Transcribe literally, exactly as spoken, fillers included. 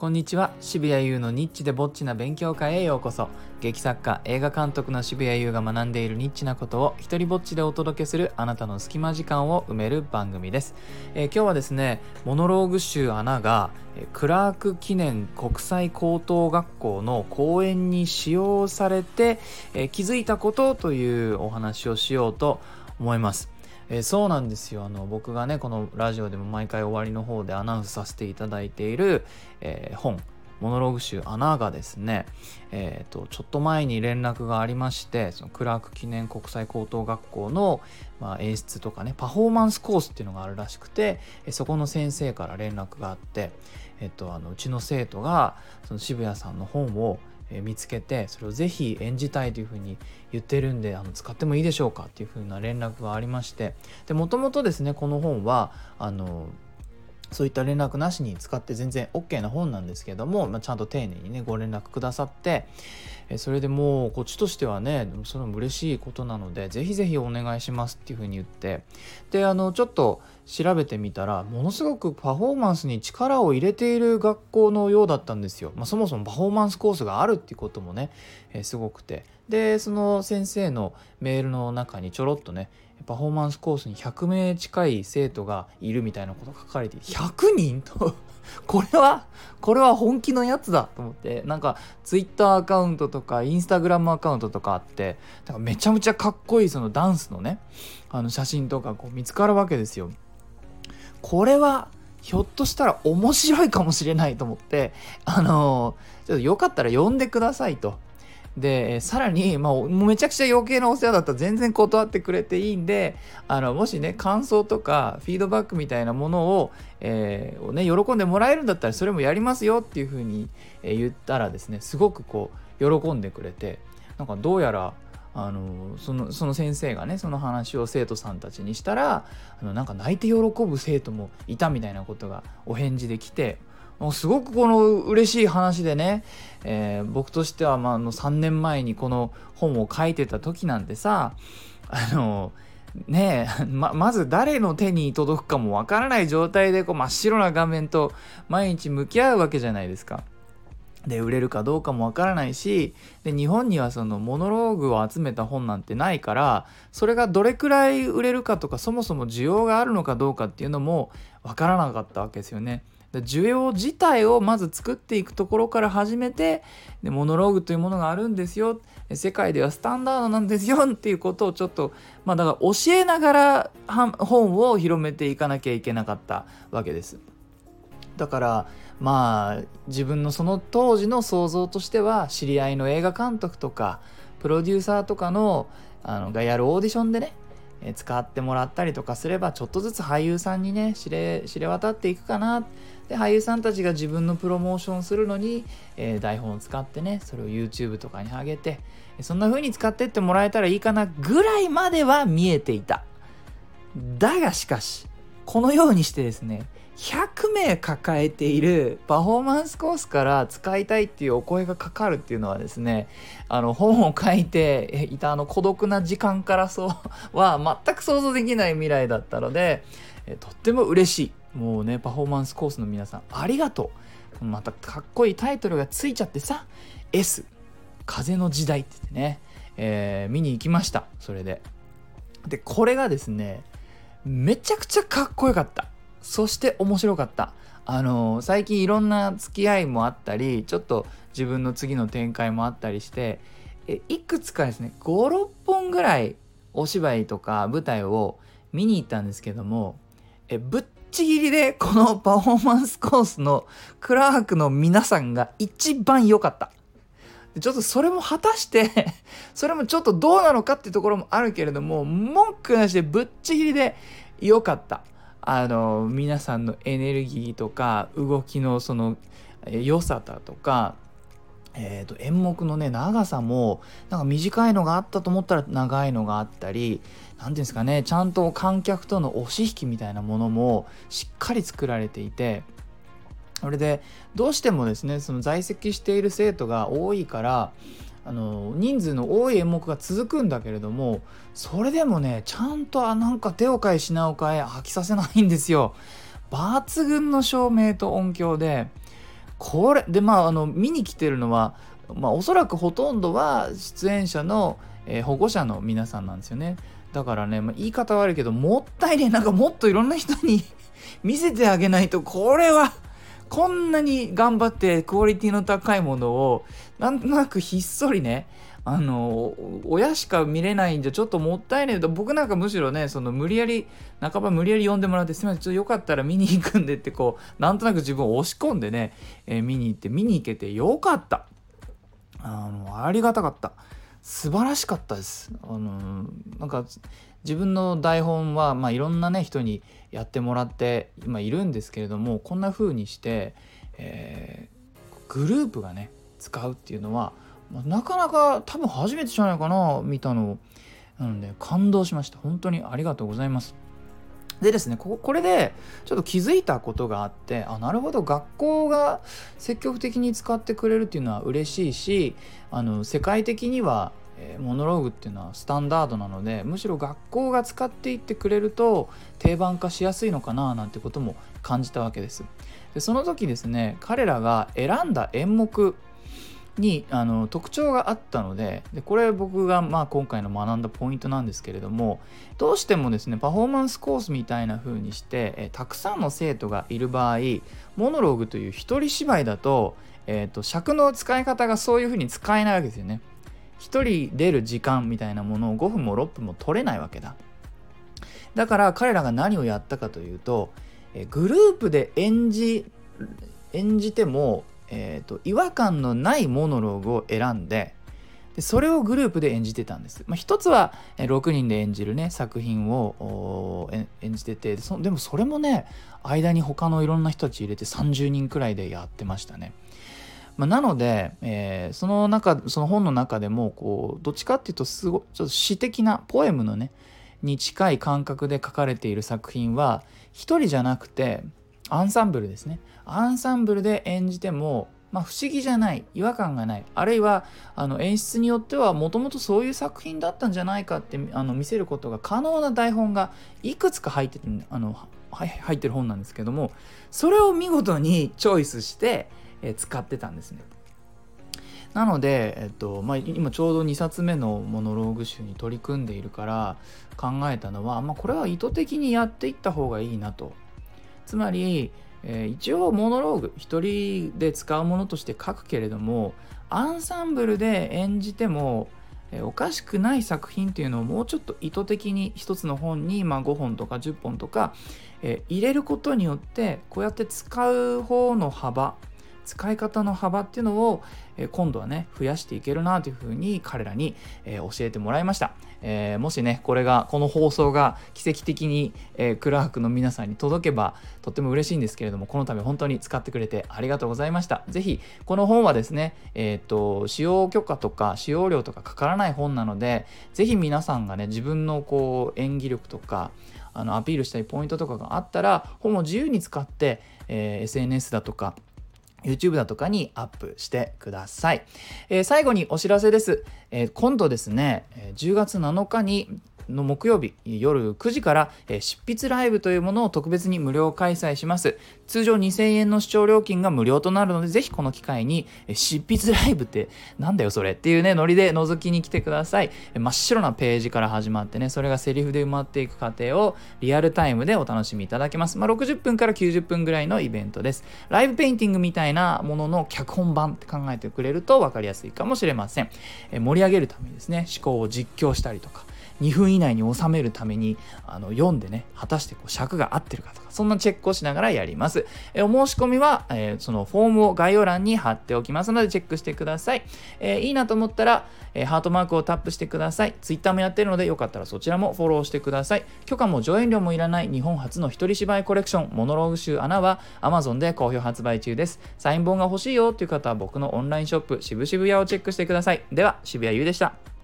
こんにちは。渋谷優のニッチでぼっちな勉強会へようこそ。劇作家、映画監督の渋谷優が学んでいるニッチなことを一人ぼっちでお届けするあなたの隙間時間を埋める番組です。えー、今日はですね、モノローグ集アナがクラーク記念国際高等学校の講演に使用されて、えー、気づいたことというお話をしようと思います。えー、そうなんですよ。あの僕がねこのラジオでも毎回終わりの方でアナウンスさせていただいている、えー、本モノローグ集アナがですね、えー、とちょっと前に連絡がありまして、そのクラーク記念国際高等学校の、まあ、演出とかねパフォーマンスコースっていうのがあるらしくて、そこの先生から連絡があって、えー、とあのうちの生徒がその渋谷さんの本を見つけて、それをぜひ演じたいというふうに言ってるんで、あの使ってもいいでしょうかっていうふうな連絡がありまして、でもともとですねこの本はあのそういった連絡なしに使って全然 OK な本なんですけども、まあ、ちゃんと丁寧にねご連絡くださって、それでもうこっちとしてはねそれも嬉しいことなのでぜひぜひお願いしますっていうふうに言って、であのちょっと調べてみたらものすごくパフォーマンスに力を入れている学校のようだったんですよ。まあ、そもそもパフォーマンスコースがあるっていうこともね、えー、すごくて、でその先生のメールの中にちょろっとねパフォーマンスコースにひゃくめい近い生徒がいるみたいなことが書かれていて、ひゃくにんとこれはこれは本気のやつだと思って、なんかツイッターアカウントとかインスタグラムアカウントとかあって、なんかめちゃめちゃかっこいいそのダンスのねあの写真とかこう見つかるわけですよ。これはひょっとしたら面白いかもしれないと思って、あのー、ちょっとよかったら呼んでくださいと。でさらに、まあ、めちゃくちゃ余計なお世話だったら全然断ってくれていいんで、あのもしね感想とかフィードバックみたいなものを、えーをね、喜んでもらえるんだったらそれもやりますよっていう風に言ったらですね、すごくこう喜んでくれて、なんかどうやらあのそのその先生がねその話を生徒さんたちにしたら、あのなんか泣いて喜ぶ生徒もいたみたいなことがお返事できて、すごくこの嬉しい話でね、えー、僕としてはまああのさんねんまえにこの本を書いてた時なんてさ、あのねえ ま, まず誰の手に届くかもわからない状態でこう真っ白な画面と毎日向き合うわけじゃないですか。で売れるかどうかもわからないし、で日本にはそのモノローグを集めた本なんてないから、それがどれくらい売れるかとかそもそも需要があるのかどうかっていうのもわからなかったわけですよね。需要自体をまず作っていくところから始めて、でモノローグというものがあるんですよ、世界ではスタンダードなんですよっていうことをちょっとまあだから教えながら本を広めていかなきゃいけなかったわけです。だからまあ自分のその当時の想像としては、知り合いの映画監督とかプロデューサーとかのあのがやるオーディションでねえ使ってもらったりとかすれば、ちょっとずつ俳優さんにね知れ知れ渡っていくかな。で俳優さんたちが自分のプロモーションするのに、えー、台本を使ってねそれを YouTube とかに上げて、そんな風に使ってってもらえたらいいかなぐらいまでは見えていた。だがしかしこのようにしてですねひゃくめい抱えているパフォーマンスコースから使いたいっていうお声がかかるっていうのはですね、あの本を書いていたあの孤独な時間からそうは全く想像できない未来だったので、とっても嬉しい。もうねパフォーマンスコースの皆さんありがとう。またかっこいいタイトルがついちゃってさ、 S 風の時代って言ってね、えー、見に行きました。それででこれがですねめちゃくちゃかっこよかった。そして面白かった。あのー、最近いろんな付き合いもあったり、ちょっと自分の次の展開もあったりして、えいくつかですねご、ろっぽんぐらいお芝居とか舞台を見に行ったんですけども、えぶっちぎりでこのパフォーマンスコースのクラークの皆さんが一番良かった。ちょっとそれも果たしてそれもちょっとどうなのかっていうところもあるけれども、文句なしでぶっちぎりで良かった。あの皆さんのエネルギーとか動きのその良さだとか、えー、と演目のね長さもなんか短いのがあったと思ったら長いのがあったり、なんていうんですかね、ちゃんと観客との押し引きみたいなものもしっかり作られていて、それでどうしてもですねその在籍している生徒が多いから、あの人数の多い演目が続くんだけれども、それでもねちゃんとあなんか手を変え品を変え飽きさせないんですよ。抜群の照明と音響でこれでまああの見に来てるのは、まあ、おそらくほとんどは出演者の、えー保護者の皆さんなんですよね。だからね、まあ、言い方悪いけどもったいね、なんかもっといろんな人に見せてあげないと、これはこんなに頑張ってクオリティの高いものをなんとなくひっそりね、あの親しか見れないんじゃちょっともったいない。僕なんかむしろね、その無理やり半ば無理やり呼んでもらって、すみませんちょっとよかったら見に行くんでってこうなんとなく自分を押し込んでね、えー見に行って見に行けてよかった。あのありがたかった。素晴らしかったです。あのなんか自分の台本は、まあ、いろんなね人にやってもらって今いるんですけれども、こんな風にして、えーグループがね使うっていうのは、まあなかなか多分初めてじゃないかな見たの。なので感動しました。本当にありがとうございます。でですね、ここれでちょっと気づいたことがあって、あ、なるほど、学校が積極的に使ってくれるっていうのは嬉しいし、あの世界的には、えーモノローグっていうのはスタンダードなので、むしろ学校が使っていってくれると定番化しやすいのかななんてことも感じたわけです。でその時ですね、彼らが選んだ演目にあの特徴があったので、でこれ僕がまあ今回の学んだポイントなんですけれども、どうしてもですねパフォーマンスコースみたいな風にしてえたくさんの生徒がいる場合、モノローグという一人芝居だと、えーと尺の使い方がそういう風に使えないわけですよね。一人出る時間みたいなものをごふんもろっぷんも取れないわけだ。だから彼らが何をやったかというと、えグループで演じ演じても、えーと違和感のないモノローグを選んで、でそれをグループで演じてたんです。まあ、一つはえーろくにんで演じるね作品をおーえ演じてて、そでもそれもね間に他のいろんな人たち入れてさんじゅうにんくらいでやってましたね。まあ、なので、えーその中その本の中でもこうどっちかっていうとすごちょっと詩的なポエムのねに近い感覚で書かれている作品は一人じゃなくてアンサンブルですね。アンサンブルで演じても、まあ、不思議じゃない、違和感がない、あるいはあの演出によってはもともとそういう作品だったんじゃないかってあの見せることが可能な台本がいくつか入っててあのはい入ってる本なんですけども、それを見事にチョイスして、えー使ってたんですね。なので、えっとまあ、今ちょうどにさつめのモノローグ集に取り組んでいるから考えたのは、まあ、これは意図的にやっていった方がいいなと。つまり、えー一応モノローグ一人で使うものとして書くけれども、アンサンブルで演じても、えーおかしくない作品っていうのをもうちょっと意図的に一つの本に、まあ、ごほんとかじゅっぽんとか、えー入れることによってこうやって使う方の幅、使い方の幅っていうのを、えー今度はね増やしていけるなというふうに彼らに、えー教えてもらいました。えーもしねこれがこの放送が奇跡的に、えークラークの皆さんに届けばとっても嬉しいんですけれども、この度本当に使ってくれてありがとうございました。ぜひこの本はですね、えー、と使用許可とか使用料とかかからない本なので、ぜひ皆さんがね自分のこう演技力とかあのアピールしたいポイントとかがあったら本を自由に使って、えー エスエヌエス だとかYouTube だとかにアップしてください。えー最後にお知らせです。えー今度ですね、えーじゅうがつなのかにの木曜日夜くじから、えー執筆ライブというものを特別に無料開催します。通常にせんえんの視聴料金が無料となるので、ぜひこの機会に、えー執筆ライブってなんだよそれっていうねノリで覗きに来てください。えー真っ白なページから始まってね、それがセリフで埋まっていく過程をリアルタイムでお楽しみいただけます。まあ、ろくじゅっぷんからきゅうじゅっぷんぐらいのイベントです。ライブペインティングみたいなものの脚本版って考えてくれると分かりやすいかもしれません。えー盛り上げるためにですね、思考を実況したりとか、にふん以内に収めるためにあの読んでね、果たしてこう尺が合ってるかとか、そんなチェックをしながらやります。えお申し込みは、えーそのフォームを概要欄に貼っておきますのでチェックしてください。えーいいなと思ったら、えーハートマークをタップしてください。ツイッターもやってるのでよかったらそちらもフォローしてください。許可も上演料もいらない日本初の一人芝居コレクションモノローグ集アナは Amazon で好評発売中です。サイン本が欲しいよという方は僕のオンラインショップ渋々屋をチェックしてください。では渋谷優でした。